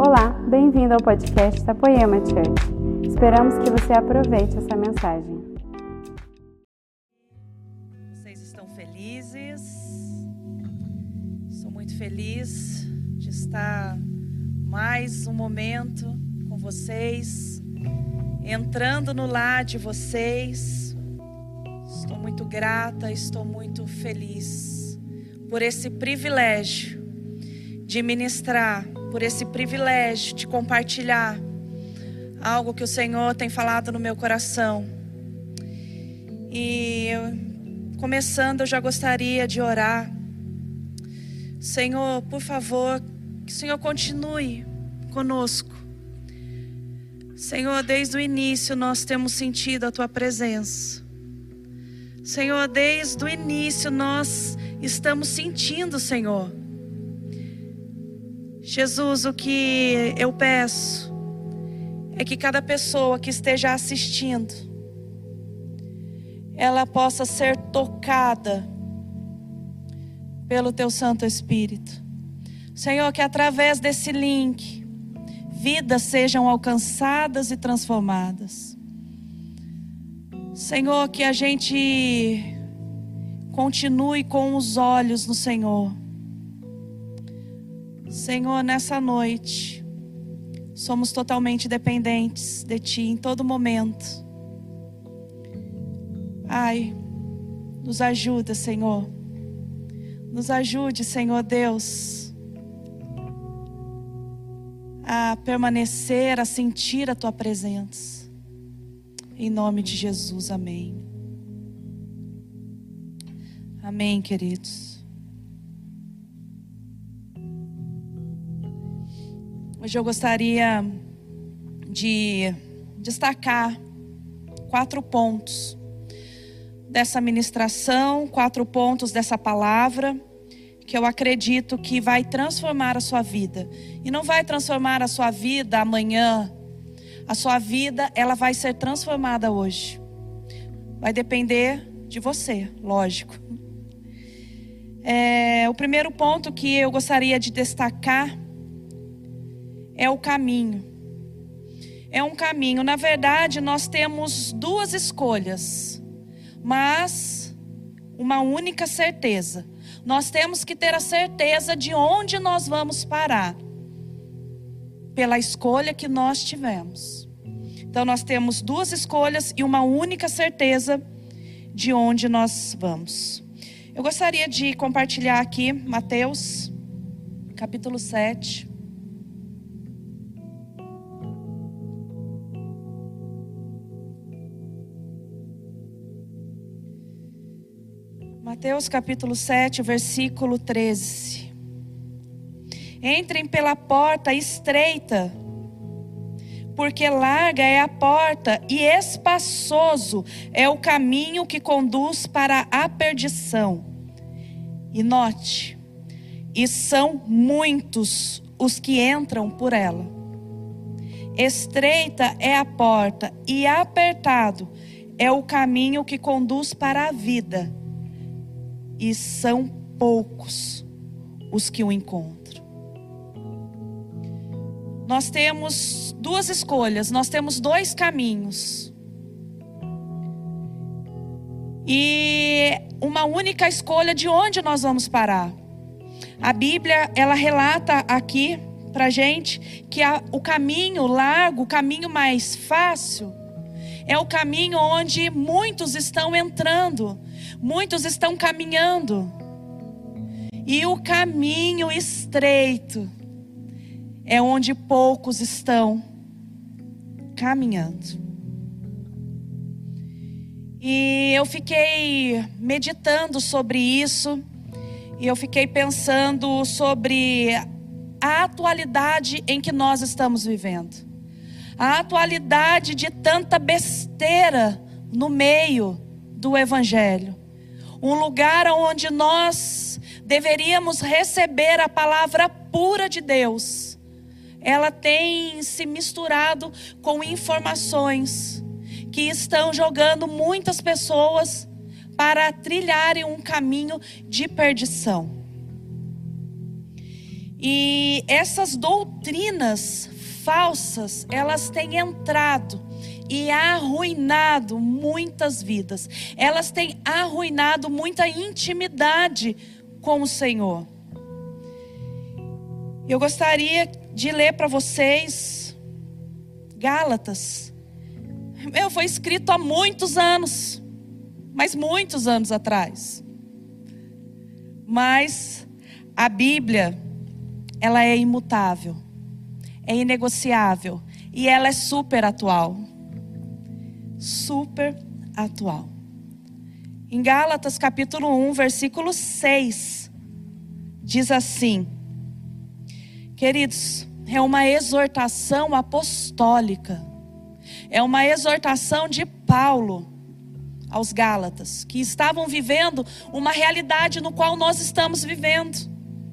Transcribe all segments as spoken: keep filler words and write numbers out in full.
Olá, bem-vindo ao podcast da Poema Church. Esperamos que você aproveite essa mensagem. Vocês estão felizes? Sou muito feliz de estar mais um momento com vocês, entrando no lar de vocês. Estou muito grata, estou muito feliz por esse privilégio de ministrar, por esse privilégio de compartilhar algo que o Senhor tem falado no meu coração. E eu, começando, eu já gostaria de orar. Senhor, por favor, que o Senhor continue conosco. Senhor, desde o início nós temos sentido a Tua presença. Senhor, desde o início nós estamos sentindo, Senhor. Jesus, o que eu peço é que cada pessoa que esteja assistindo, ela possa ser tocada pelo Teu Santo Espírito. Senhor, que através desse link, vidas sejam alcançadas e transformadas. Senhor, que a gente continue com os olhos no Senhor. Senhor, nessa noite, somos totalmente dependentes de Ti em todo momento. Ai, nos ajuda, Senhor. Nos ajude, Senhor Deus, a permanecer, a sentir a Tua presença. Em nome de Jesus, amém. Amém, queridos. Hoje eu gostaria de destacar quatro pontos dessa ministração, quatro pontos dessa palavra, que eu acredito que vai transformar a sua vida. E não vai transformar a sua vida amanhã. A sua vida, ela vai ser transformada hoje. Vai depender de você, lógico. É, o primeiro ponto que eu gostaria de destacar é o caminho. É um caminho. Na verdade, nós temos duas escolhas, mas uma única certeza. Nós temos que ter a certeza de onde nós vamos parar, pela escolha que nós tivemos. Então nós temos duas escolhas e uma única certeza de onde nós vamos. Eu gostaria de compartilhar aqui Mateus, capítulo sete. Mateus capítulo sete, versículo treze. Entrem pela porta estreita, porque larga é a porta e espaçoso é o caminho que conduz para a perdição. E note, e são muitos os que entram por ela. Estreita é a porta e apertado é o caminho que conduz para a vida. E são poucos os que o encontram. Nós temos duas escolhas, nós temos dois caminhos. E uma única escolha de onde nós vamos parar. A Bíblia, ela relata aqui pra gente que a, o caminho largo, o caminho mais fácil, é o caminho onde muitos estão entrando. Muitos estão caminhando. E o caminho estreito é onde poucos estão caminhando. E eu fiquei meditando sobre isso. E eu fiquei pensando sobre a atualidade em que nós estamos vivendo. A atualidade de tanta besteira no meio do Evangelho. Um lugar onde nós deveríamos receber a palavra pura de Deus. Ela tem se misturado com informações que estão jogando muitas pessoas para trilharem um caminho de perdição. E essas doutrinas falsas, elas têm entrado e arruinado muitas vidas. Elas têm arruinado muita intimidade com o Senhor. Eu gostaria de ler para vocês Gálatas. Meu, foi escrito há muitos anos, mas muitos anos atrás. Mas a Bíblia, ela é imutável, é inegociável e ela é super atual. Super atual. Em Gálatas capítulo um, versículo seis, diz assim: queridos, é uma exortação apostólica, é uma exortação de Paulo aos Gálatas, que estavam vivendo uma realidade no qual nós estamos vivendo.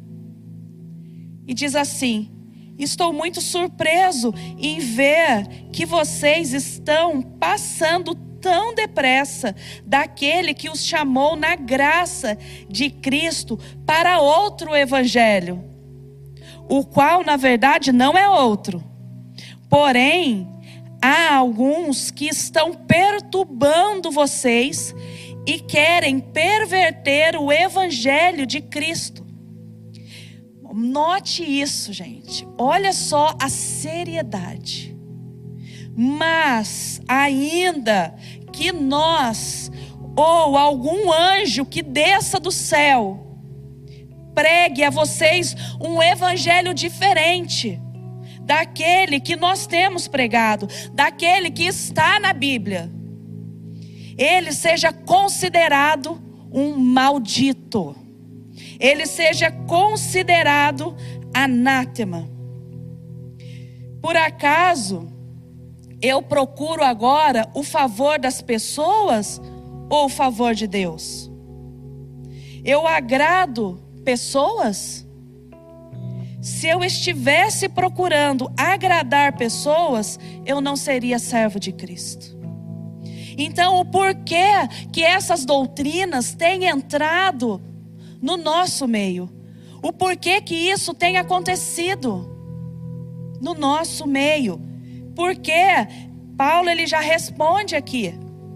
E diz assim: estou muito surpreso em ver que vocês estão passando tão depressa daquele que os chamou na graça de Cristo para outro evangelho, o qual na verdade não é outro. Porém, há alguns que estão perturbando vocês e querem perverter o evangelho de Cristo. Note isso, gente. Olha só a seriedade. Mas ainda que nós ou algum anjo que desça do céu pregue a vocês um evangelho diferente daquele que nós temos pregado, daquele que está na Bíblia, ele seja considerado um maldito, ele seja considerado anátema. Por acaso eu procuro agora o favor das pessoas ou o favor de Deus? Eu agrado pessoas? Se eu estivesse procurando agradar pessoas, eu não seria servo de Cristo. Então, o porquê que essas doutrinas têm entrado no nosso meio? O porquê que isso tem acontecido no nosso meio? Porque Paulo, ele já responde aqui.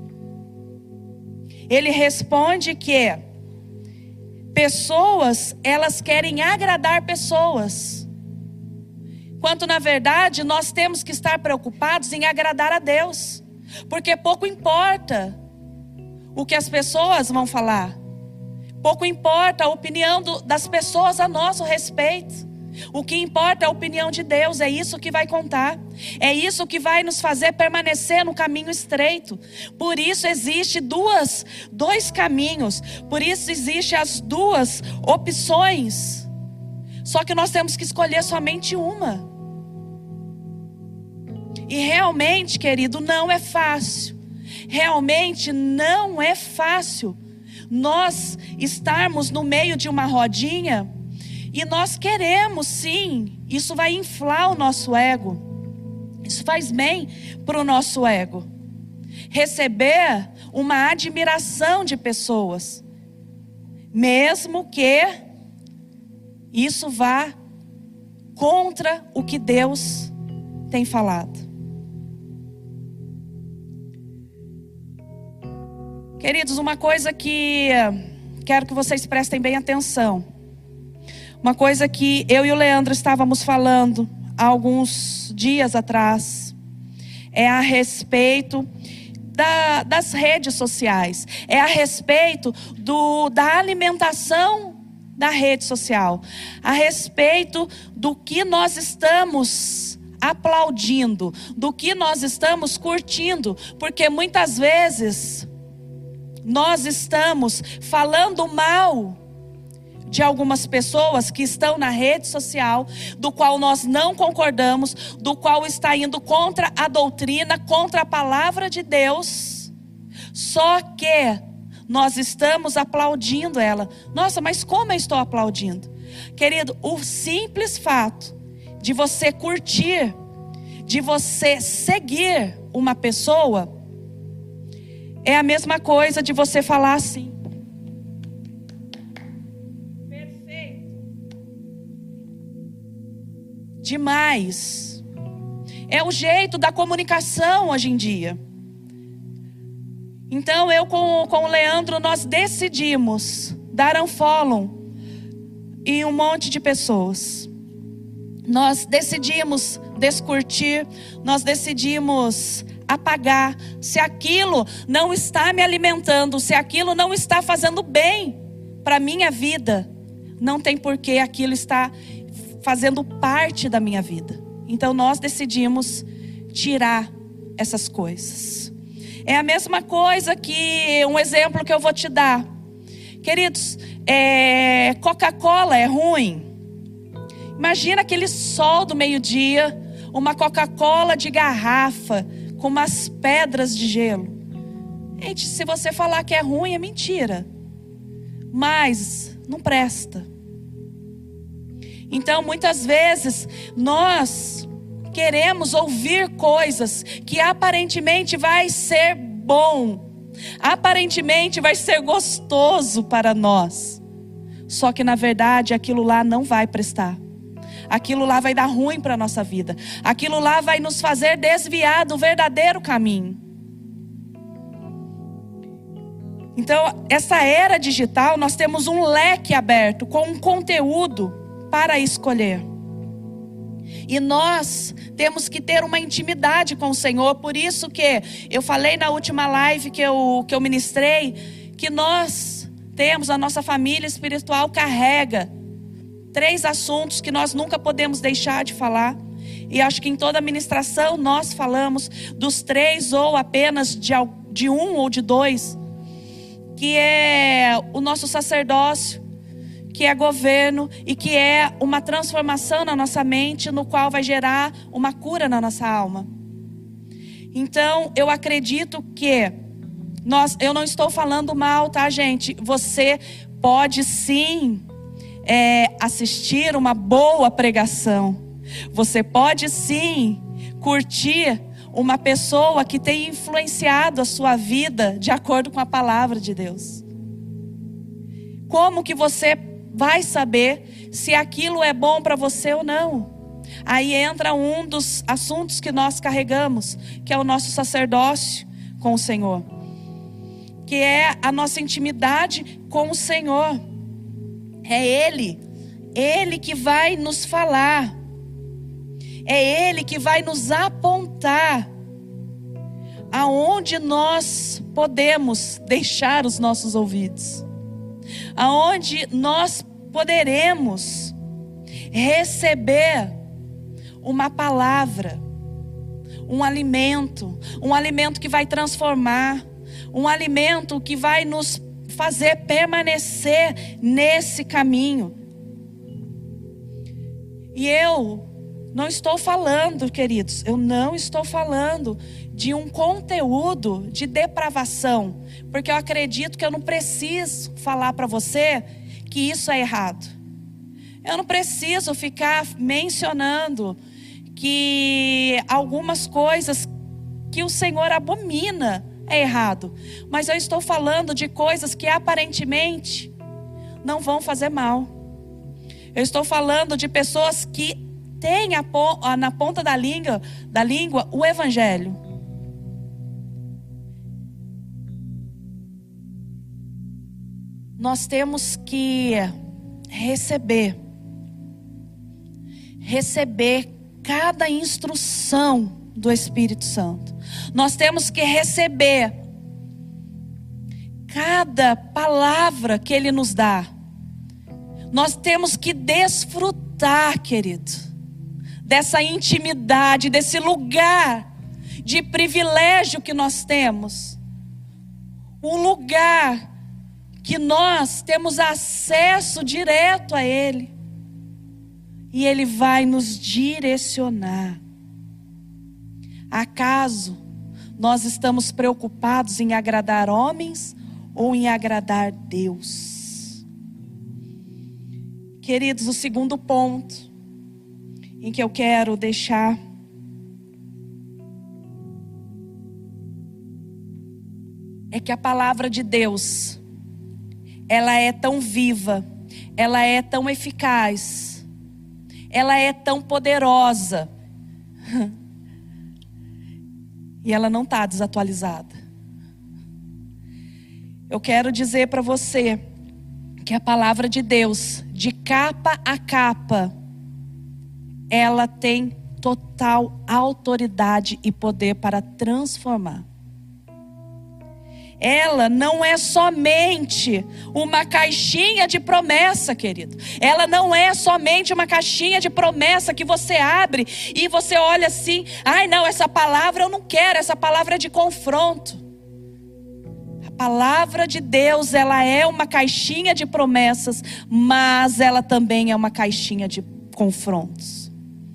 Ele responde que pessoas, elas querem agradar pessoas, quanto na verdade nós temos que estar preocupados em agradar a Deus, porque pouco importa o que as pessoas vão falar, pouco importa a opinião do, das pessoas a nosso respeito. O que importa é a opinião de Deus, é isso que vai contar, é isso que vai nos fazer permanecer no caminho estreito. Por isso existe duas, dois caminhos, por isso existe as duas opções, só que nós temos que escolher somente uma. E realmente, querido, não é fácil, realmente não é fácil nós estarmos no meio de uma rodinha. E nós queremos sim, isso vai inflar o nosso ego, isso faz bem para o nosso ego, receber uma admiração de pessoas, mesmo que isso vá contra o que Deus tem falado. Queridos, uma coisa que quero que vocês prestem bem atenção. Uma coisa que eu e o Leandro estávamos falando há alguns dias atrás é a respeito da, das redes sociais, é a respeito do, da alimentação da rede social, a respeito do que nós estamos aplaudindo, do que nós estamos curtindo, porque muitas vezes nós estamos falando mal de algumas pessoas que estão na rede social, do qual nós não concordamos, do qual está indo contra a doutrina, contra a palavra de Deus, só que nós estamos aplaudindo ela. Nossa, mas como eu estou aplaudindo? Querido, o simples fato de você curtir, de você seguir uma pessoa, é a mesma coisa de você falar assim: demais. É o jeito da comunicação hoje em dia. Então eu com, com o Leandro, nós decidimos dar unfollow em um monte de pessoas. Nós decidimos descurtir, nós decidimos apagar. Se aquilo não está me alimentando, se aquilo não está fazendo bem para a minha vida, não tem porquê aquilo estar fazendo parte da minha vida. Então nós decidimos tirar essas coisas. É a mesma coisa que um exemplo que eu vou te dar. Queridos, é, Coca-Cola é ruim. Imagina aquele sol do meio-dia, uma Coca-Cola de garrafa com umas pedras de gelo. Gente, se você falar que é ruim, é mentira. Mas não presta. Então, muitas vezes, nós queremos ouvir coisas que aparentemente vai ser bom, aparentemente vai ser gostoso para nós. Só que na verdade aquilo lá não vai prestar. Aquilo lá vai dar ruim para a nossa vida. Aquilo lá vai nos fazer desviar do verdadeiro caminho. Então, essa era digital, nós temos um leque aberto com um conteúdo para escolher. E nós temos que ter uma intimidade com o Senhor. Por isso que eu falei na última live que eu, que eu ministrei, que nós temos, a nossa família espiritual carrega três assuntos que nós nunca podemos deixar de falar. E acho que em toda a ministração nós falamos dos três ou apenas de, de um ou de dois. Que é o nosso sacerdócio, que é governo e que é uma transformação na nossa mente, no qual vai gerar uma cura na nossa alma. Então, eu acredito que nós, eu não estou falando mal, tá, gente? Você pode sim é, assistir uma boa pregação. Você pode sim curtir uma pessoa que tem influenciado a sua vida de acordo com a palavra de Deus. Como que você vai saber se aquilo é bom para você ou não? Aí entra um dos assuntos que nós carregamos, que é o nosso sacerdócio com o Senhor, que é a nossa intimidade com o Senhor. É Ele, Ele que vai nos falar, é Ele que vai nos apontar aonde nós podemos deixar os nossos ouvidos, aonde nós poderemos receber uma palavra, um alimento, um alimento que vai transformar, um alimento que vai nos fazer permanecer nesse caminho. E eu não estou falando, queridos, eu não estou falando de um conteúdo de depravação, porque eu acredito que eu não preciso falar para você que isso é errado. Eu não preciso ficar mencionando que algumas coisas que o Senhor abomina é errado, mas eu estou falando de coisas que aparentemente não vão fazer mal. Eu estou falando de pessoas que têm a, na ponta da língua, da língua o Evangelho. Nós temos que receber, receber cada instrução do Espírito Santo. Nós temos que receber cada palavra que Ele nos dá. Nós temos que desfrutar, querido, dessa intimidade, desse lugar de privilégio que nós temos. Um lugar que nós temos acesso direto a Ele. E Ele vai nos direcionar. Acaso nós estamos preocupados em agradar homens ou em agradar Deus? Queridos, o segundo ponto em que eu quero deixar é que a palavra de Deus, ela é tão viva, ela é tão eficaz, ela é tão poderosa. E ela não está desatualizada. Eu quero dizer para você que a palavra de Deus, de capa a capa, ela tem total autoridade e poder para transformar. Ela não é somente uma caixinha de promessa, querido. Ela não é somente uma caixinha de promessa que você abre e você olha assim: ai não, essa palavra eu não quero, essa palavra é de confronto. A palavra de Deus, ela é uma caixinha de promessas, mas ela também é uma caixinha de confrontos.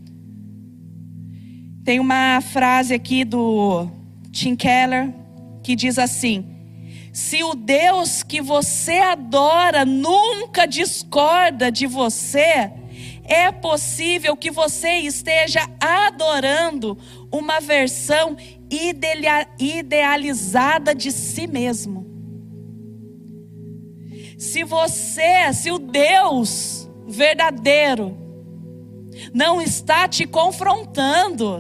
Tem uma frase aqui do Tim Keller que diz assim: se o Deus que você adora nunca discorda de você, é possível que você esteja adorando uma versão idealizada de si mesmo. Se você, se o Deus verdadeiro não está te confrontando,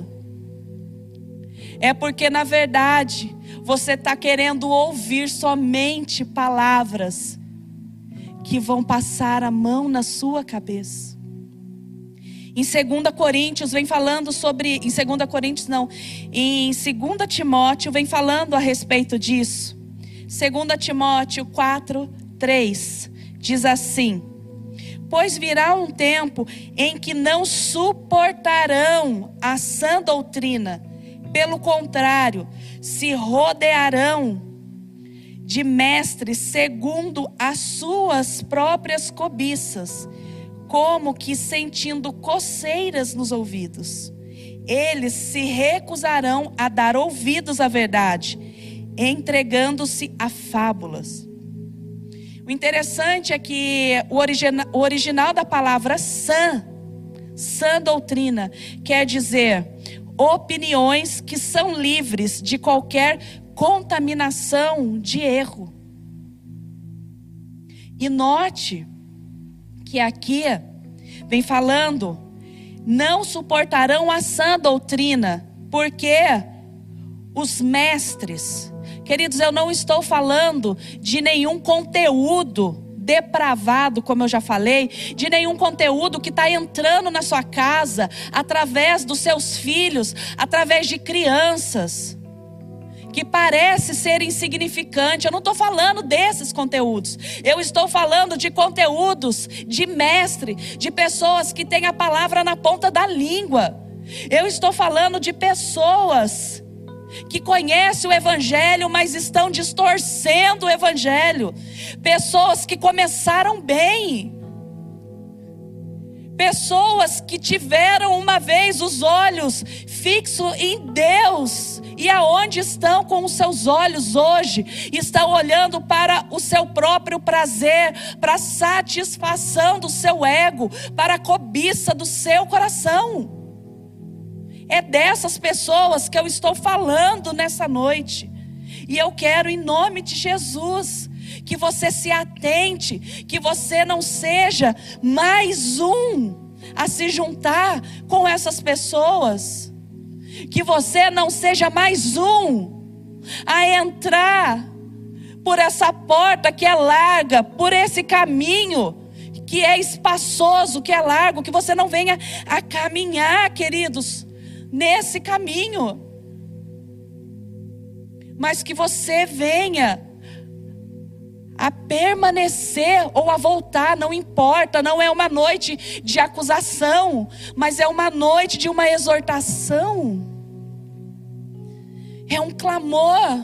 é porque na verdade você está querendo ouvir somente palavras que vão passar a mão na sua cabeça. Em segunda Coríntios vem falando sobre, em segunda Coríntios não, em segunda Timóteo vem falando a respeito disso. segunda Timóteo quatro, três diz assim: pois virá um tempo em que não suportarão a sã doutrina, pelo contrário, se rodearão de mestres segundo as suas próprias cobiças, como que sentindo coceiras nos ouvidos. Eles se recusarão a dar ouvidos à verdade, entregando-se a fábulas. O interessante é que o, origina, o original da palavra sã, sã doutrina, quer dizer opiniões que são livres de qualquer contaminação de erro. E note que aqui vem falando, não suportarão a sã doutrina, porque os mestres, queridos, eu não estou falando de nenhum conteúdo depravado, como eu já falei, de nenhum conteúdo que está entrando na sua casa, através dos seus filhos, através de crianças, que parece ser insignificante. Eu não estou falando desses conteúdos, eu estou falando de conteúdos de mestre, de pessoas que têm a palavra na ponta da língua. Eu estou falando de pessoas que conhecem o evangelho, mas estão distorcendo o evangelho. Pessoas que começaram bem, pessoas que tiveram uma vez os olhos fixos em Deus, e aonde estão com os seus olhos hoje? Estão olhando para o seu próprio prazer, para a satisfação do seu ego, para a cobiça do seu coração. É dessas pessoas que eu estou falando nessa noite. E eu quero, em nome de Jesus, que você se atente, que você não seja mais um a se juntar com essas pessoas, que você não seja mais um a entrar por essa porta que é larga, por esse caminho que é espaçoso, que é largo, que você não venha a caminhar, queridos, nesse caminho, mas que você venha a permanecer ou a voltar, não importa. Não é uma noite de acusação, mas é uma noite de uma exortação, é um clamor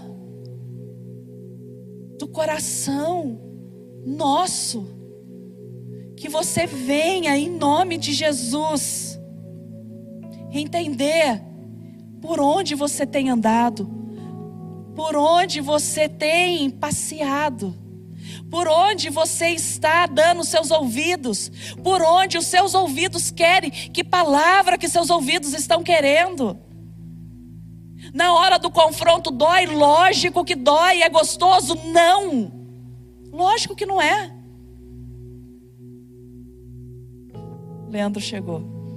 do coração nosso, que você venha em nome de Jesus entender por onde você tem andado, por onde você tem passeado, por onde você está dando seus ouvidos, por onde os seus ouvidos querem, que palavra que seus ouvidos estão querendo. Na hora do confronto dói, lógico que dói, é gostoso? Não, lógico que não é. Leandro chegou.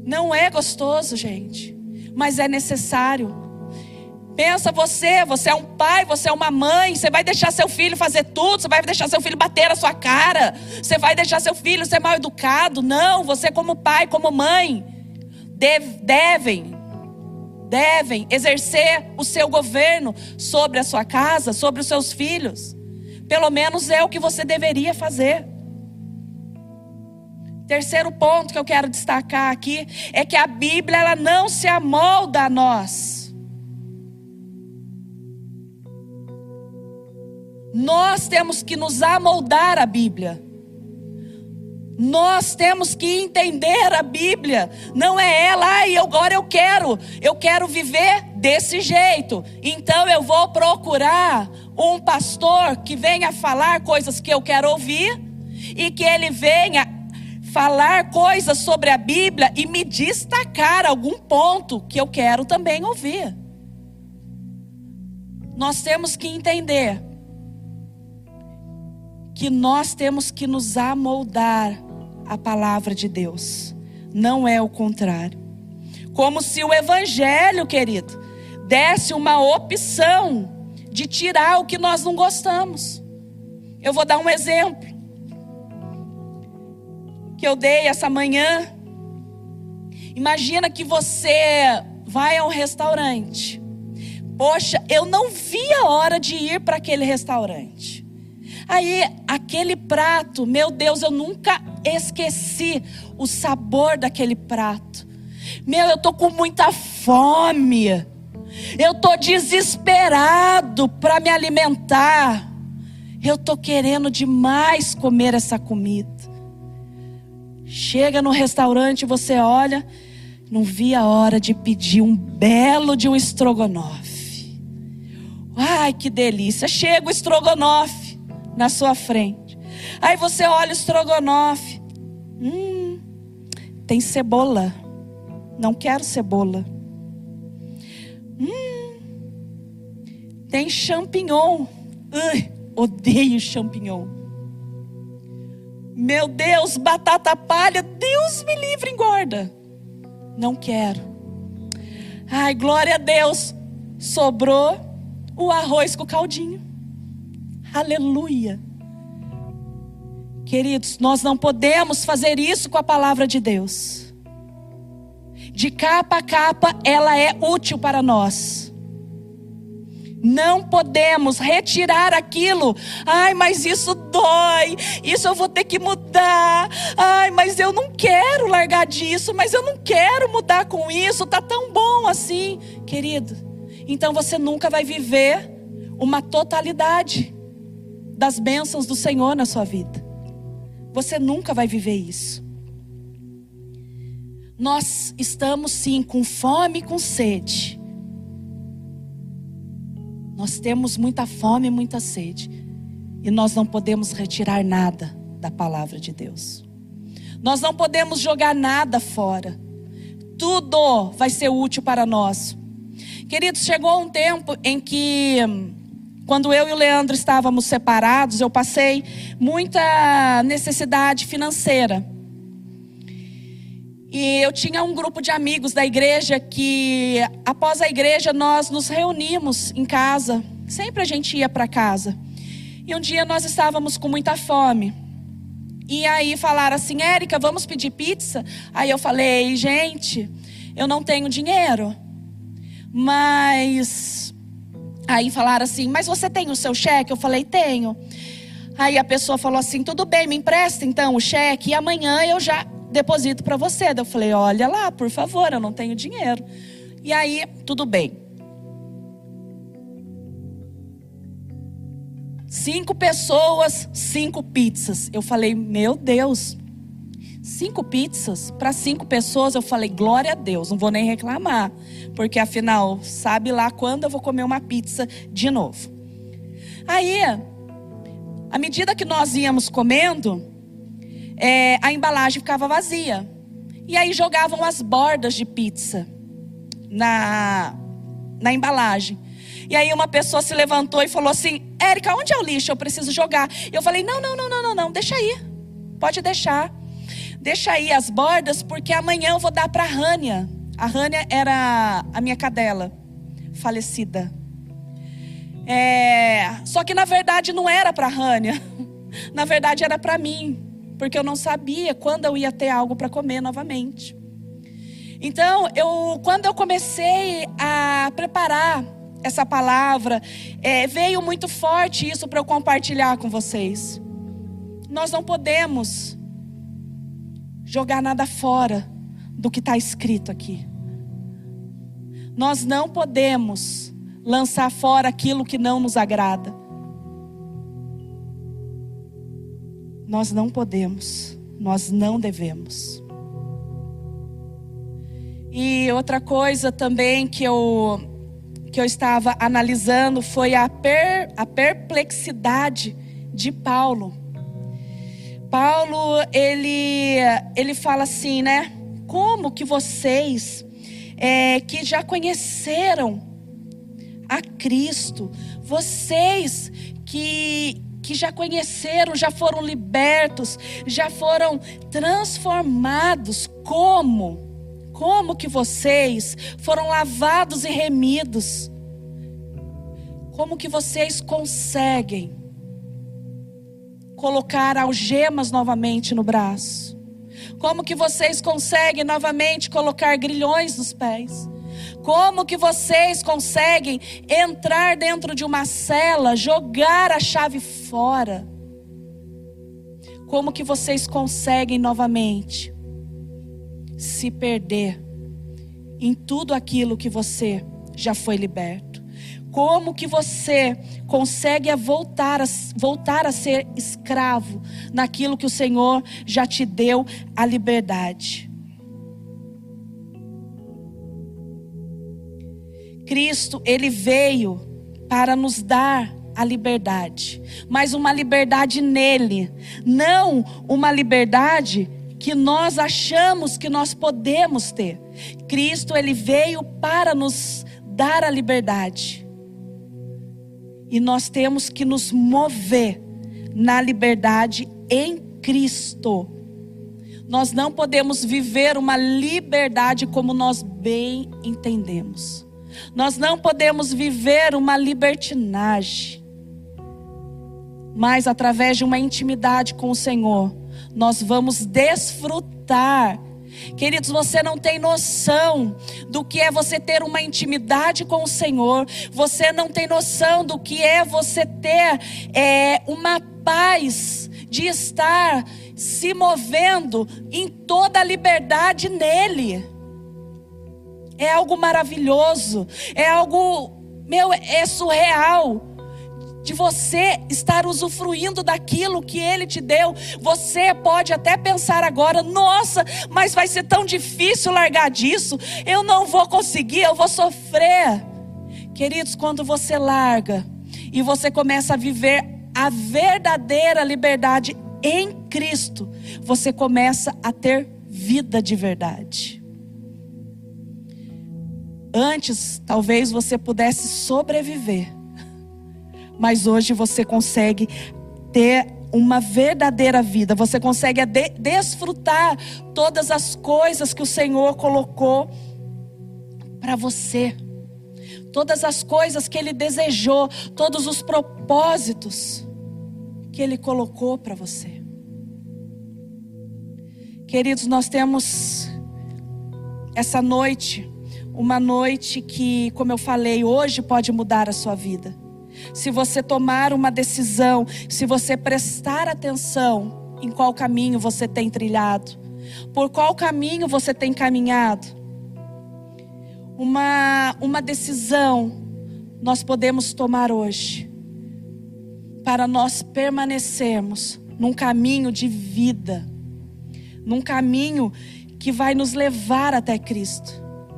Não é gostoso, gente, mas é necessário. Pensa você, você é um pai, você é uma mãe, você vai deixar seu filho fazer tudo, você vai deixar seu filho bater na sua cara, você vai deixar seu filho ser mal educado? Não, você como pai, como mãe, deve, devem, devem exercer o seu governo sobre a sua casa, sobre os seus filhos. Pelo menos é o que você deveria fazer. Terceiro ponto que eu quero destacar aqui é que a Bíblia, ela não se amolda a nós. Nós temos que nos amoldar à Bíblia. Nós temos que entender a Bíblia. Não é ela, ai, agora eu quero, eu quero viver desse jeito. Então eu vou procurar um pastor que venha falar coisas que eu quero ouvir e que ele venha falar coisas sobre a Bíblia e me destacar algum ponto que eu quero também ouvir. Nós temos que entender que nós temos que nos amoldar à palavra de Deus. Não é o contrário. Como se o Evangelho, querido, desse uma opção de tirar o que nós não gostamos. Eu vou dar um exemplo que eu dei essa manhã. Imagina que você vai a um restaurante. Poxa, eu não vi a hora de ir para aquele restaurante. Aí, aquele prato, meu Deus, eu nunca esqueci o sabor daquele prato. Meu, eu tô com muita fome. Eu tô desesperado para me alimentar. Eu tô querendo demais comer essa comida. Chega no restaurante, você olha, não vi a hora de pedir um belo de um estrogonofe. Ai, que delícia. Chega o estrogonofe na sua frente. Aí você olha o estrogonofe. Hum, tem cebola. Não quero cebola. Hum, tem champignon. Ai, odeio champignon. Meu Deus, batata palha. Deus me livre, engorda. Não quero. Ai, glória a Deus. Sobrou o arroz com caldinho. Aleluia. Queridos, nós não podemos fazer isso com a palavra de Deus. De capa a capa, ela é útil para nós. Não podemos retirar aquilo. Ai, mas isso dói. Isso eu vou ter que mudar. Ai, mas eu não quero largar disso. Mas eu não quero mudar com isso. Tá tão bom assim. Querido, então você nunca vai viver uma totalidade das bênçãos do Senhor na sua vida. Você nunca vai viver isso. Nós estamos sim com fome e com sede. Nós temos muita fome e muita sede. E nós não podemos retirar nada da palavra de Deus. Nós não podemos jogar nada fora. Tudo vai ser útil para nós. Queridos, chegou um tempo em que, quando eu e o Leandro estávamos separados, eu passei muita necessidade financeira. E eu tinha um grupo de amigos da igreja que, após a igreja, nós nos reunimos em casa. Sempre a gente ia para casa. E um dia nós estávamos com muita fome. E aí falaram assim: Érica, vamos pedir pizza? Aí eu falei: gente, eu não tenho dinheiro. Mas... Aí falaram assim: mas você tem o seu cheque? Eu falei: tenho. Aí a pessoa falou assim: tudo bem, me empresta então o cheque e amanhã eu já deposito para você. Eu falei: olha lá, por favor, eu não tenho dinheiro. E aí, tudo bem. Cinco pessoas, cinco pizzas. Eu falei: meu Deus, cinco pizzas para cinco pessoas. Eu falei: glória a Deus, não vou nem reclamar, porque afinal, sabe lá quando eu vou comer uma pizza de novo. Aí, à medida que nós íamos comendo, É, a embalagem ficava vazia. E aí jogavam as bordas de pizza na, na embalagem. E aí uma pessoa se levantou e falou assim: Érica, onde é o lixo? Eu preciso jogar. Eu falei: não, não, não, não, não, não, deixa aí. Pode deixar. deixa aí as bordas, porque amanhã eu vou dar para a Rânia. A Rânia era a minha cadela falecida. É, só que na verdade não era para a Rânia. Na verdade era para mim, porque eu não sabia quando eu ia ter algo para comer novamente. Então, eu, quando eu comecei a preparar essa palavra, é, veio muito forte isso para eu compartilhar com vocês. Nós não podemos jogar nada fora do que está escrito aqui. Nós não podemos lançar fora aquilo que não nos agrada. Nós não podemos, nós não devemos. E outra coisa também que eu, que eu estava analisando foi a, per, a perplexidade de Paulo. Paulo, ele, ele fala assim, né? Como que vocês é, que já conheceram a Cristo, vocês que, que já conheceram, já foram libertos, já foram transformados, como? Como que vocês foram lavados e remidos? Como que vocês conseguem colocar algemas novamente no braço? Como que vocês conseguem novamente colocar grilhões nos pés? Como que vocês conseguem entrar dentro de uma cela, jogar a chave fora? Como que vocês conseguem novamente se perder em tudo aquilo que você já foi liberto? Como que você consegue voltar a, voltar a ser escravo naquilo que o Senhor já te deu a liberdade? Cristo, Ele veio para nos dar a liberdade, mas uma liberdade nele, não uma liberdade que nós achamos que nós podemos ter. Cristo, Ele veio para nos dar a liberdade. E nós temos que nos mover na liberdade em Cristo. Nós não podemos viver uma liberdade como nós bem entendemos. Nós não podemos viver uma libertinagem. Mas através de uma intimidade com o Senhor, nós vamos desfrutar. Queridos, você não tem noção do que é você ter uma intimidade com o Senhor. Você não tem noção do que é você ter é, uma paz de estar se movendo em toda a liberdade nele. É algo maravilhoso, é algo, meu, é surreal. De você estar usufruindo daquilo que Ele te deu. Você pode até pensar agora, nossa, mas vai ser tão difícil largar disso. Eu não vou conseguir, eu vou sofrer. Queridos, quando você larga e você começa a viver a verdadeira liberdade em Cristo, você começa a ter vida de verdade. Antes, talvez você pudesse sobreviver. Mas hoje você consegue ter uma verdadeira vida. Você consegue de- desfrutar todas as coisas que o Senhor colocou para você. Todas as coisas que Ele desejou. Todos os propósitos que Ele colocou para você. Queridos, nós temos essa noite, uma noite que, como eu falei, hoje pode mudar a sua vida. Se você tomar uma decisão, se você prestar atenção em qual caminho você tem trilhado, por qual caminho você tem caminhado, uma, uma decisão nós podemos tomar hoje, para nós permanecermos num caminho de vida, num caminho que vai nos levar até Cristo.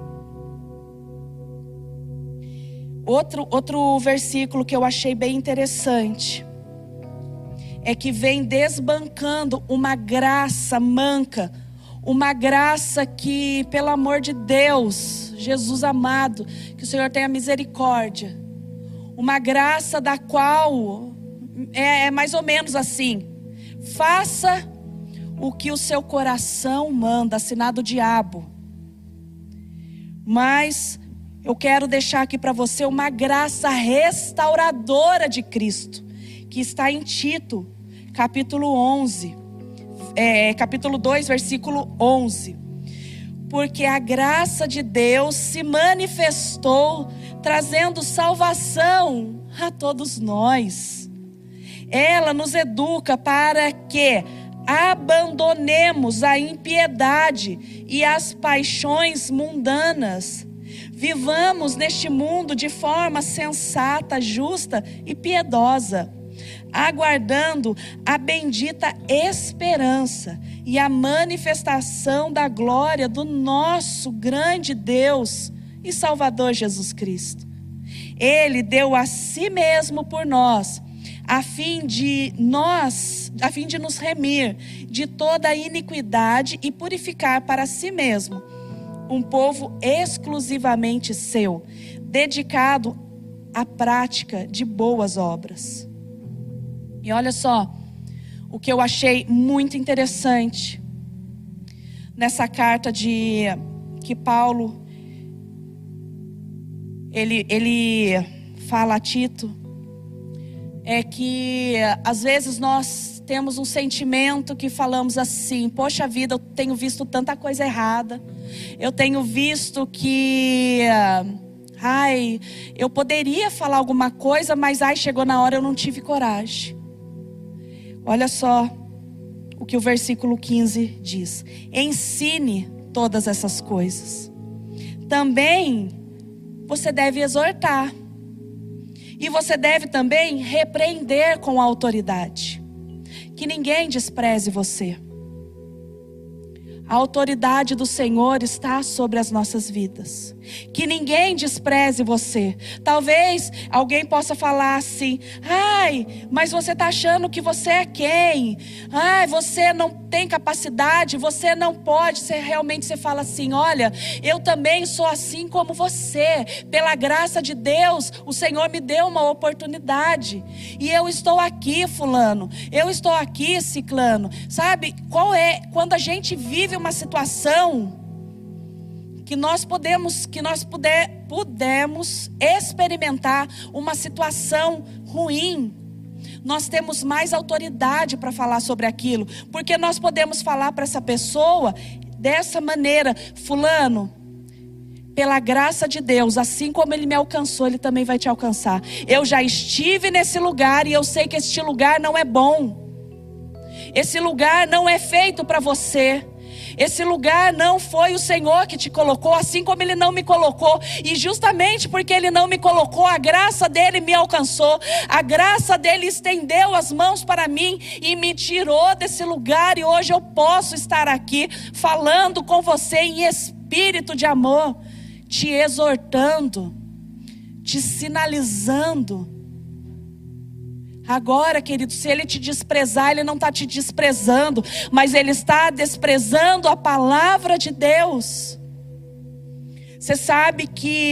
Outro, outro versículo que eu achei bem interessante é que vem desbancando uma graça manca, uma graça que, pelo amor de Deus, Jesus amado, que o Senhor tenha misericórdia, uma graça da qual é, é mais ou menos assim: faça o que o seu coração manda, assinado diabo. Mas eu quero deixar aqui para você uma graça restauradora de Cristo, que está em Tito, capítulo onze, é, capítulo dois, versículo onze. Porque a graça de Deus se manifestou, trazendo salvação a todos nós. Ela nos educa para que abandonemos a impiedade e as paixões mundanas. Vivamos neste mundo de forma sensata, justa e piedosa, aguardando a bendita esperança e a manifestação da glória do nosso grande Deus e Salvador Jesus Cristo. Ele deu a si mesmo por nós, a fim de nós, a fim de nos remir de toda a iniquidade e purificar para si mesmo um povo exclusivamente seu, dedicado à prática de boas obras. E olha só, o que eu achei muito interessante nessa carta de que Paulo ele, ele fala a Tito, é que às vezes nós temos um sentimento que falamos assim: poxa vida, eu tenho visto tanta coisa errada, eu tenho visto que ai, eu poderia falar alguma coisa, mas ai, chegou na hora eu não tive coragem. Olha só o que o versículo quinze diz: ensine todas essas coisas. Também você deve exortar. E você deve também repreender com autoridade. Que ninguém despreze você. A autoridade do Senhor está sobre as nossas vidas. Que ninguém despreze você. Talvez alguém possa falar assim: ai, mas você está achando que você é quem? Ai, você não tem capacidade, você não pode. Você realmente você fala assim: olha, eu também sou assim como você. Pela graça de Deus, o Senhor me deu uma oportunidade. E eu estou aqui, fulano. Eu estou aqui, ciclano. Sabe qual é? Quando a gente vive uma situação que nós podemos, que nós puder, pudemos experimentar uma situação ruim, nós temos mais autoridade para falar sobre aquilo, porque nós podemos falar para essa pessoa dessa maneira: fulano, pela graça de Deus, assim como Ele me alcançou, Ele também vai te alcançar. Eu já estive nesse lugar e eu sei que este lugar não é bom. Esse lugar não é feito para você. Esse lugar não foi o Senhor que te colocou, assim como Ele não me colocou. E justamente porque Ele não me colocou, a graça dEle me alcançou. A graça dEle estendeu as mãos para mim e me tirou desse lugar. E hoje eu posso estar aqui falando com você em espírito de amor, te exortando, te sinalizando. Agora, querido, se Ele te desprezar, Ele não está te desprezando, mas Ele está desprezando a palavra de Deus. Você sabe que,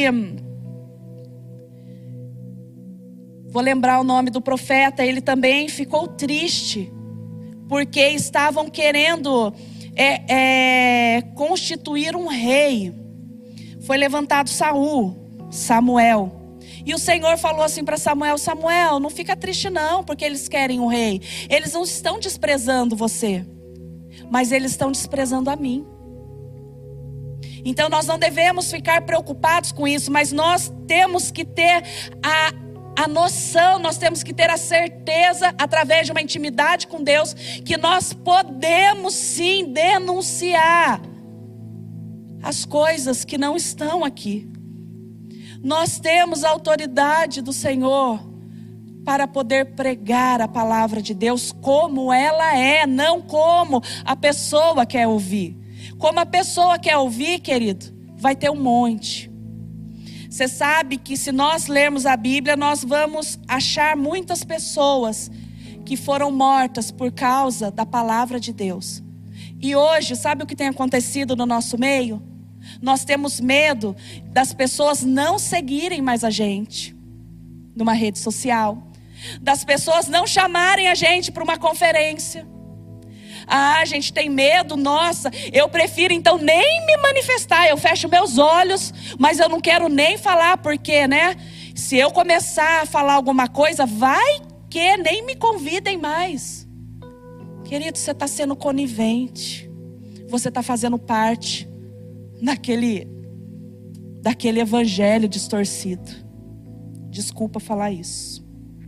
vou lembrar o nome do profeta, ele também ficou triste, porque estavam querendo é, é, constituir um rei. Foi levantado Saul, Samuel. E o Senhor falou assim para Samuel: Samuel, não fica triste não, porque eles querem um rei. Eles não estão desprezando você, mas eles estão desprezando a mim. Então nós não devemos ficar preocupados com isso, mas nós temos que ter a, a noção, nós temos que ter a certeza, através de uma intimidade com Deus, que nós podemos sim denunciar as coisas que não estão aqui. Nós temos a autoridade do Senhor para poder pregar a palavra de Deus como ela é, não como a pessoa quer ouvir. Como a pessoa quer ouvir, querido, vai ter um monte. Você sabe que se nós lermos a Bíblia, nós vamos achar muitas pessoas que foram mortas por causa da palavra de Deus. E hoje, sabe o que tem acontecido no nosso meio? Nós temos medo das pessoas não seguirem mais a gente numa rede social, das pessoas não chamarem a gente para uma conferência. Ah, a gente tem medo, nossa, eu prefiro então nem me manifestar. Eu fecho meus olhos, mas eu não quero nem falar, porque, né? Se eu começar a falar alguma coisa, vai que nem me convidem mais. Querido, você está sendo conivente. Você está fazendo parte daquele, daquele evangelho distorcido. Desculpa falar isso.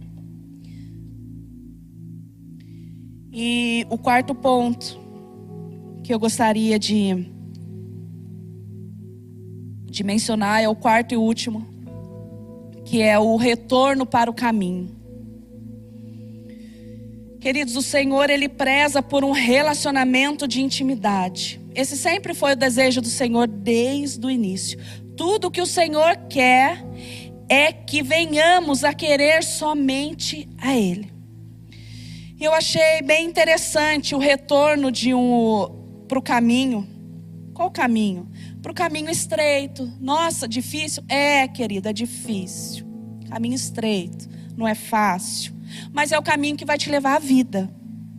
E o quarto ponto que eu gostaria de, de mencionar é o quarto e último, que é o retorno para o caminho. Queridos, o Senhor, Ele preza por um relacionamento de intimidade. Esse sempre foi o desejo do Senhor desde o início. Tudo que o Senhor quer é que venhamos a querer somente a Ele. Eu achei bem interessante o retorno de um para o caminho. Qual caminho? Para o caminho estreito. Nossa, difícil? É, querida, é difícil. Caminho estreito, não é fácil. Mas é o caminho que vai te levar à vida.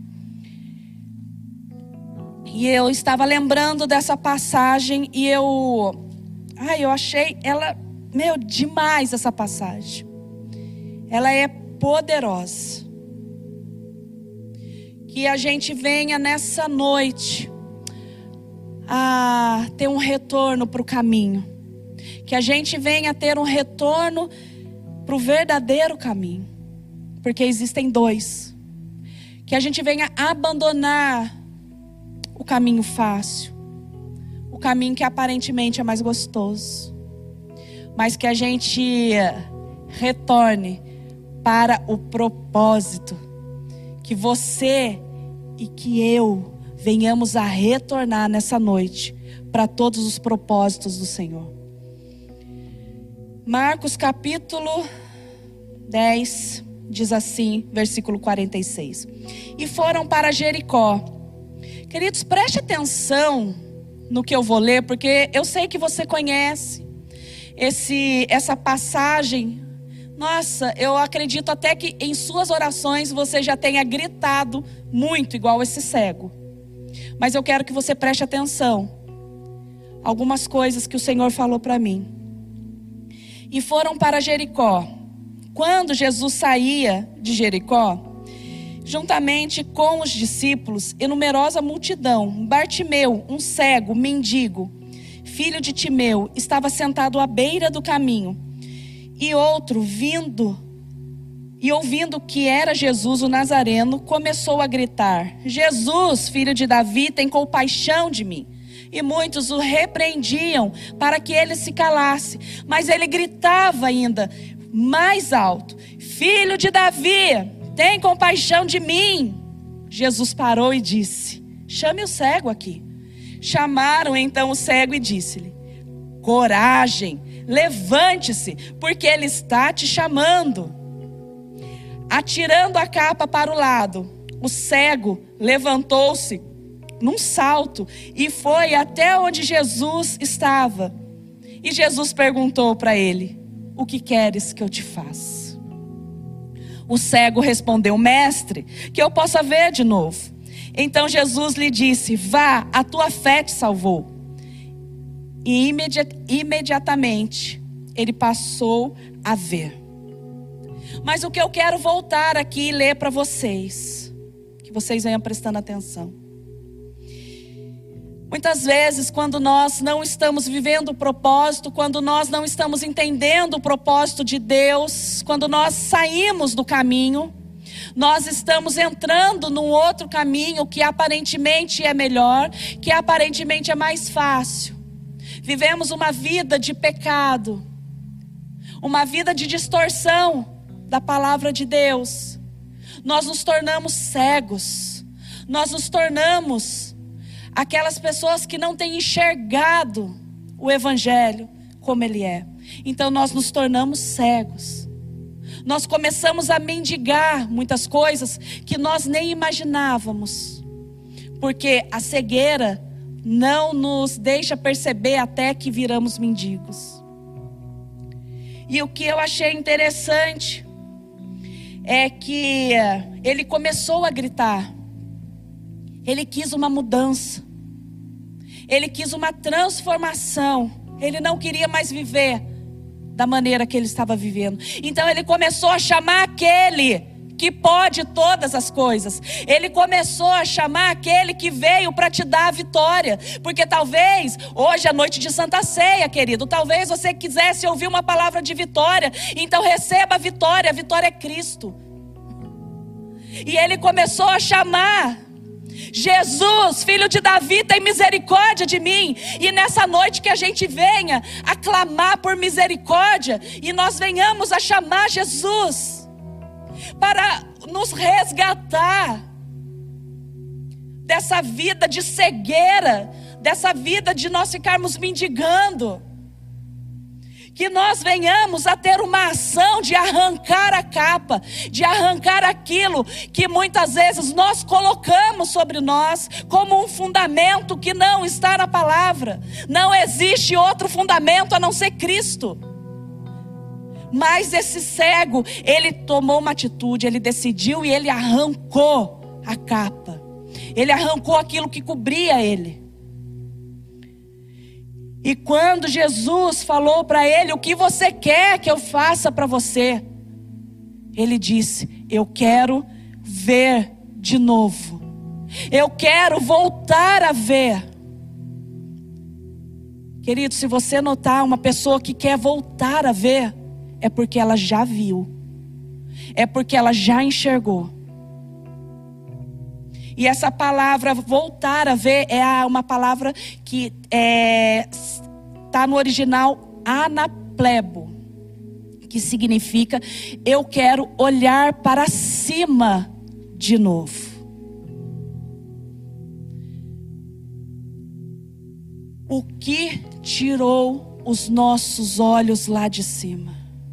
E eu estava lembrando dessa passagem e eu... Ai, eu achei ela... Meu, demais essa passagem. Ela é poderosa. Que a gente venha nessa noite a ter um retorno para o caminho. Que a gente venha ter um retorno para o verdadeiro caminho. Porque existem dois. Que a gente venha abandonar o caminho fácil. O caminho que aparentemente é mais gostoso. Mas que a gente retorne para o propósito. Que você e que eu venhamos a retornar nessa noite para todos os propósitos do Senhor. Marcos capítulo dez diz assim, versículo quarenta e seis. E foram para Jericó. Queridos, preste atenção no que eu vou ler, porque eu sei que você conhece esse, essa passagem. Nossa, eu acredito até que em suas orações você já tenha gritado muito, igual esse cego. Mas eu quero que você preste atenção. Algumas coisas que o Senhor falou para mim. E foram para Jericó. Quando Jesus saía de Jericó, juntamente com os discípulos e numerosa multidão, Bartimeu, um cego, mendigo, filho de Timeu, estava sentado à beira do caminho. E outro, vindo e ouvindo que era Jesus o Nazareno, começou a gritar: Jesus, filho de Davi, tem compaixão de mim. E muitos o repreendiam para que ele se calasse. Mas ele gritava ainda mais alto: Filho de Davi, tem compaixão de mim. Jesus parou e disse: Chame o cego aqui. Chamaram então o cego e disse-lhe: Coragem, levante-se, porque ele está te chamando. Atirando a capa para o lado, o cego levantou-se num salto e foi até onde Jesus estava. E Jesus perguntou para ele: O que queres que eu te faça? O cego respondeu: Mestre, que eu possa ver de novo. Então Jesus lhe disse: Vá, a tua fé te salvou. E imedi- imediatamente ele passou a ver. Mas o que eu quero voltar aqui e ler para vocês, que vocês venham prestando atenção. Muitas vezes, quando nós não estamos vivendo o propósito, quando nós não estamos entendendo o propósito de Deus, quando nós saímos do caminho, nós estamos entrando num outro caminho que aparentemente é melhor, que aparentemente é mais fácil. Vivemos uma vida de pecado, uma vida de distorção da palavra de Deus. Nós nos tornamos cegos, nós nos tornamos aquelas pessoas que não têm enxergado o evangelho como ele é. Então nós nos tornamos cegos. Nós começamos a mendigar muitas coisas que nós nem imaginávamos. Porque a cegueira não nos deixa perceber até que viramos mendigos. E o que eu achei interessante é que ele começou a gritar. Ele quis uma mudança. Ele quis uma transformação. Ele não queria mais viver da maneira que ele estava vivendo. Então ele começou a chamar aquele que pode todas as coisas. Ele começou a chamar aquele que veio para te dar a vitória. Porque talvez, hoje é noite de Santa Ceia, querido, talvez você quisesse ouvir uma palavra de vitória. Então receba a vitória, a vitória é Cristo. E ele começou a chamar: Jesus, filho de Davi, tem misericórdia de mim. E nessa noite que a gente venha a clamar por misericórdia, e nós venhamos a chamar Jesus para nos resgatar dessa vida de cegueira, dessa vida de nós ficarmos mendigando. Que nós venhamos a ter uma ação de arrancar a capa, de arrancar aquilo que muitas vezes nós colocamos sobre nós como um fundamento que não está na palavra. Não existe outro fundamento a não ser Cristo. Mas esse cego, ele tomou uma atitude, ele decidiu e ele arrancou a capa. Ele arrancou aquilo que cobria ele. E quando Jesus falou para ele: o que você quer que eu faça para você? Ele disse: eu quero ver de novo. Eu quero voltar a ver. Querido, se você notar uma pessoa que quer voltar a ver, é porque ela já viu. É porque ela já enxergou. E essa palavra voltar a ver é uma palavra que está no original anaplebo, que significa eu quero olhar para cima de novo. O que tirou os nossos olhos lá de cima?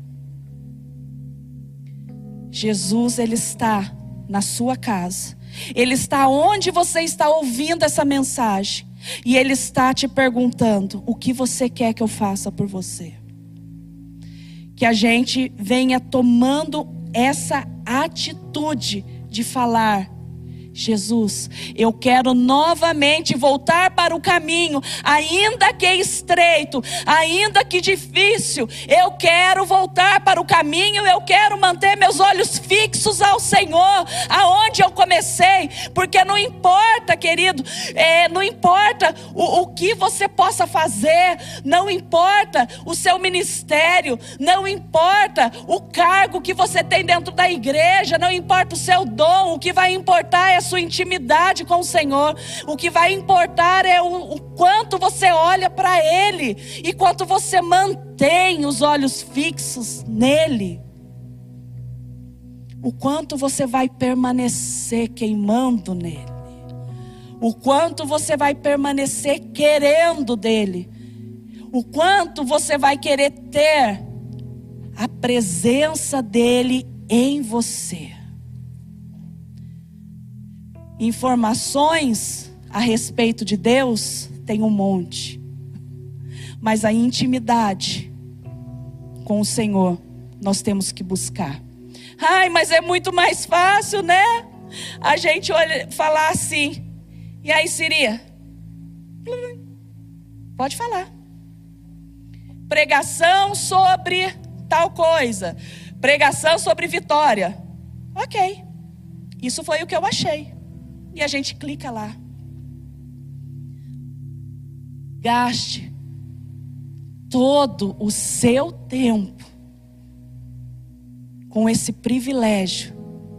Jesus, ele está na sua casa. Ele está onde você está ouvindo essa mensagem. E ele está te perguntando: o que você quer que eu faça por você? Que a gente venha tomando essa atitude de falar: Jesus, eu quero novamente voltar para o caminho, ainda que estreito, ainda que difícil. Eu quero voltar para o caminho, eu quero manter meus olhos fixos ao Senhor, aonde eu comecei. Porque não importa, querido, é, não importa o, o que você possa fazer, não importa o seu ministério, não importa o cargo que você tem dentro da igreja, não importa o seu dom. O que vai importar é a sua intimidade com o Senhor. O que vai importar é o, o quanto você olha para Ele e quanto você mantém os olhos fixos nele. O quanto você vai permanecer queimando nele. O quanto você vai permanecer querendo dele. O quanto você vai querer ter a presença dele em você. Informações a respeito de Deus tem um monte, mas a intimidade com o Senhor nós temos que buscar. Ai, mas é muito mais fácil, né? A gente olha, falar assim: e aí, Siria? Pode falar. Pregação sobre tal coisa, pregação sobre vitória. Ok, isso foi o que eu achei. E a gente clica lá. Gaste todo o seu tempo com esse privilégio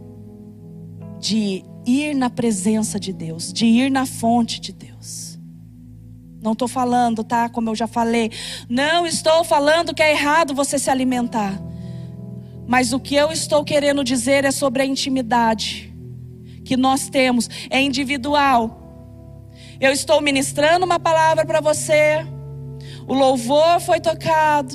de ir na presença de Deus, de ir na fonte de Deus. Não estou falando, tá? Como eu já falei, não estou falando que é errado você se alimentar. Mas o que eu estou querendo dizer é sobre a intimidade que nós temos, é individual. Eu estou ministrando uma palavra para você, o louvor foi tocado,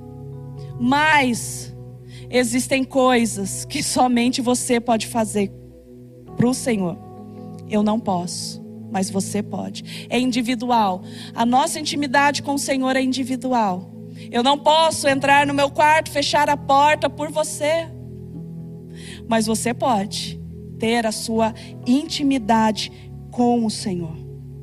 mas existem coisas que somente você pode fazer para o Senhor. Eu não posso, mas você pode. É individual. A nossa intimidade com o Senhor é individual. Eu não posso entrar no meu quarto, fechar a porta por você, mas você pode ter a sua intimidade com o Senhor.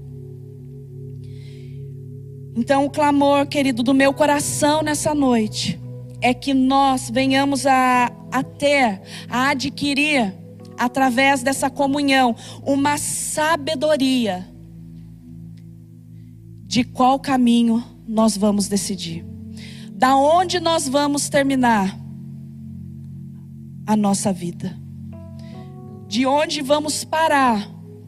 Então o clamor, querido, do meu coração nessa noite é que nós venhamos a, a ter, a adquirir, através dessa comunhão, uma sabedoria de qual caminho nós vamos decidir, da onde nós vamos terminar a nossa vida, de onde vamos parar.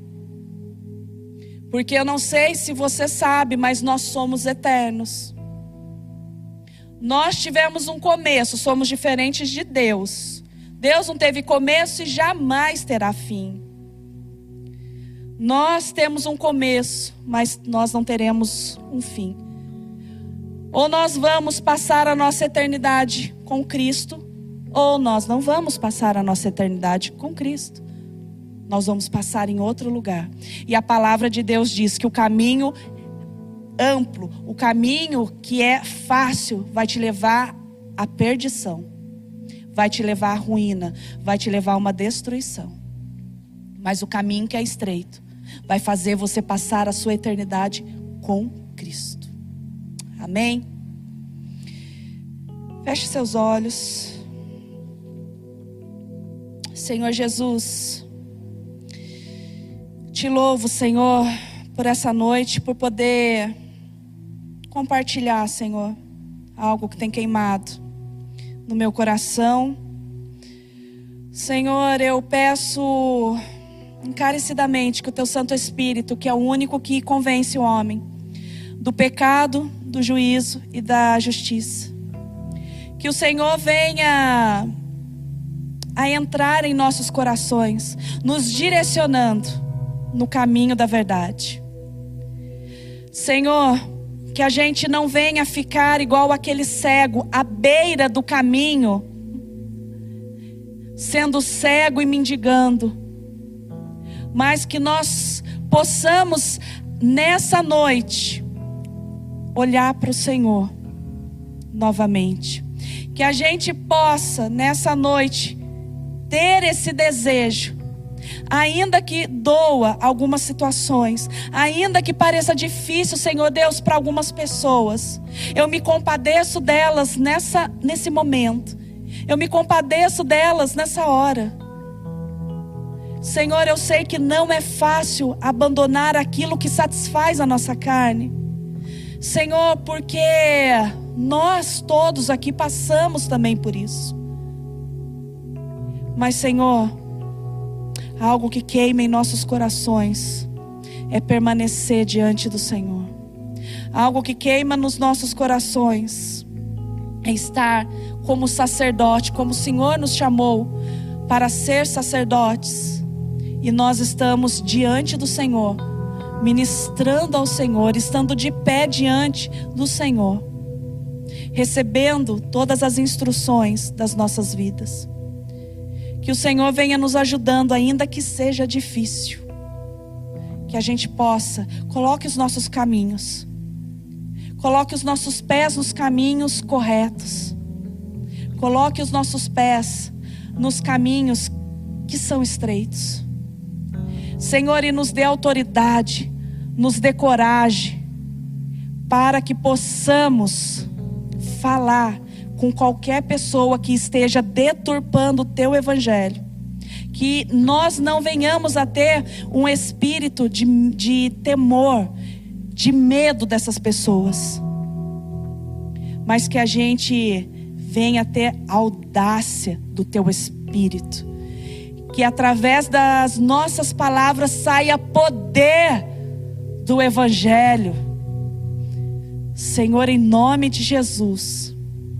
Porque eu não sei se você sabe, mas nós somos eternos. Nós tivemos um começo, somos diferentes de Deus. Deus não teve começo e jamais terá fim. Nós temos um começo, mas nós não teremos um fim. Ou nós vamos passar a nossa eternidade com Cristo, ou nós não vamos passar a nossa eternidade com Cristo. Nós vamos passar em outro lugar. E a palavra de Deus diz que o caminho amplo, o caminho que é fácil, vai te levar à perdição, vai te levar à ruína, vai te levar a uma destruição. Mas o caminho que é estreito vai fazer você passar a sua eternidade com Cristo. Amém? Feche seus olhos. Senhor Jesus, te louvo, Senhor, por essa noite, por poder compartilhar, Senhor, algo que tem queimado no meu coração. Senhor, eu peço encarecidamente que o Teu Santo Espírito, que é o único que convence o homem do pecado, do juízo e da justiça, que o Senhor venha a entrar em nossos corações, nos direcionando no caminho da verdade. Senhor, que a gente não venha ficar igual aquele cego à beira do caminho, sendo cego e mendigando, mas que nós possamos nessa noite olhar para o Senhor novamente, que a gente possa nessa noite ter esse desejo. Ainda que doa algumas situações, ainda que pareça difícil, Senhor Deus, para algumas pessoas, eu me compadeço delas nessa, nesse momento. Eu me compadeço delas nessa hora. Senhor, eu sei que não é fácil abandonar aquilo que satisfaz a nossa carne. Senhor, porque nós todos aqui passamos também por isso. Mas, Senhor, algo que queima em nossos corações é permanecer diante do Senhor. Algo que queima nos nossos corações é estar como sacerdote, como o Senhor nos chamou para ser sacerdotes. E nós estamos diante do Senhor, ministrando ao Senhor, estando de pé diante do Senhor, recebendo todas as instruções das nossas vidas. Que o Senhor venha nos ajudando, ainda que seja difícil. Que a gente possa, coloque os nossos caminhos. Coloque os nossos pés nos caminhos corretos. Coloque os nossos pés nos caminhos que são estreitos. Senhor, e nos dê autoridade, nos dê coragem, para que possamos falar com qualquer pessoa que esteja deturpando o Teu Evangelho. Que nós não venhamos a ter um espírito de, de temor, de medo dessas pessoas, mas que a gente venha ter audácia do Teu Espírito. Que através das nossas palavras saia poder do Evangelho. Senhor, em nome de Jesus,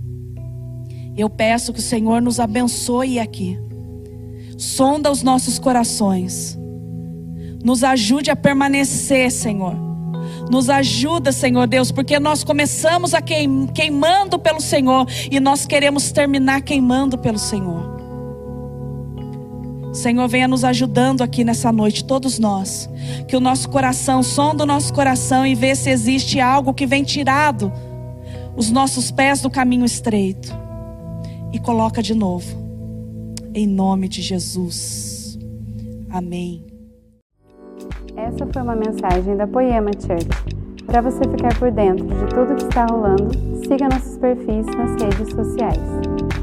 eu peço que o Senhor nos abençoe aqui. Sonda os nossos corações. Nos ajude a permanecer, Senhor. Nos ajuda, Senhor Deus, porque nós começamos a queim, queimando pelo Senhor e nós queremos terminar queimando pelo Senhor. Senhor, venha nos ajudando aqui nessa noite, todos nós. Que o nosso coração, sonda o nosso coração e vê se existe algo que vem tirado os nossos pés do caminho estreito. E coloca de novo. Em nome de Jesus. Amém. Essa foi uma mensagem da Poema Church. Para você ficar por dentro de tudo que está rolando, siga nossos perfis nas redes sociais.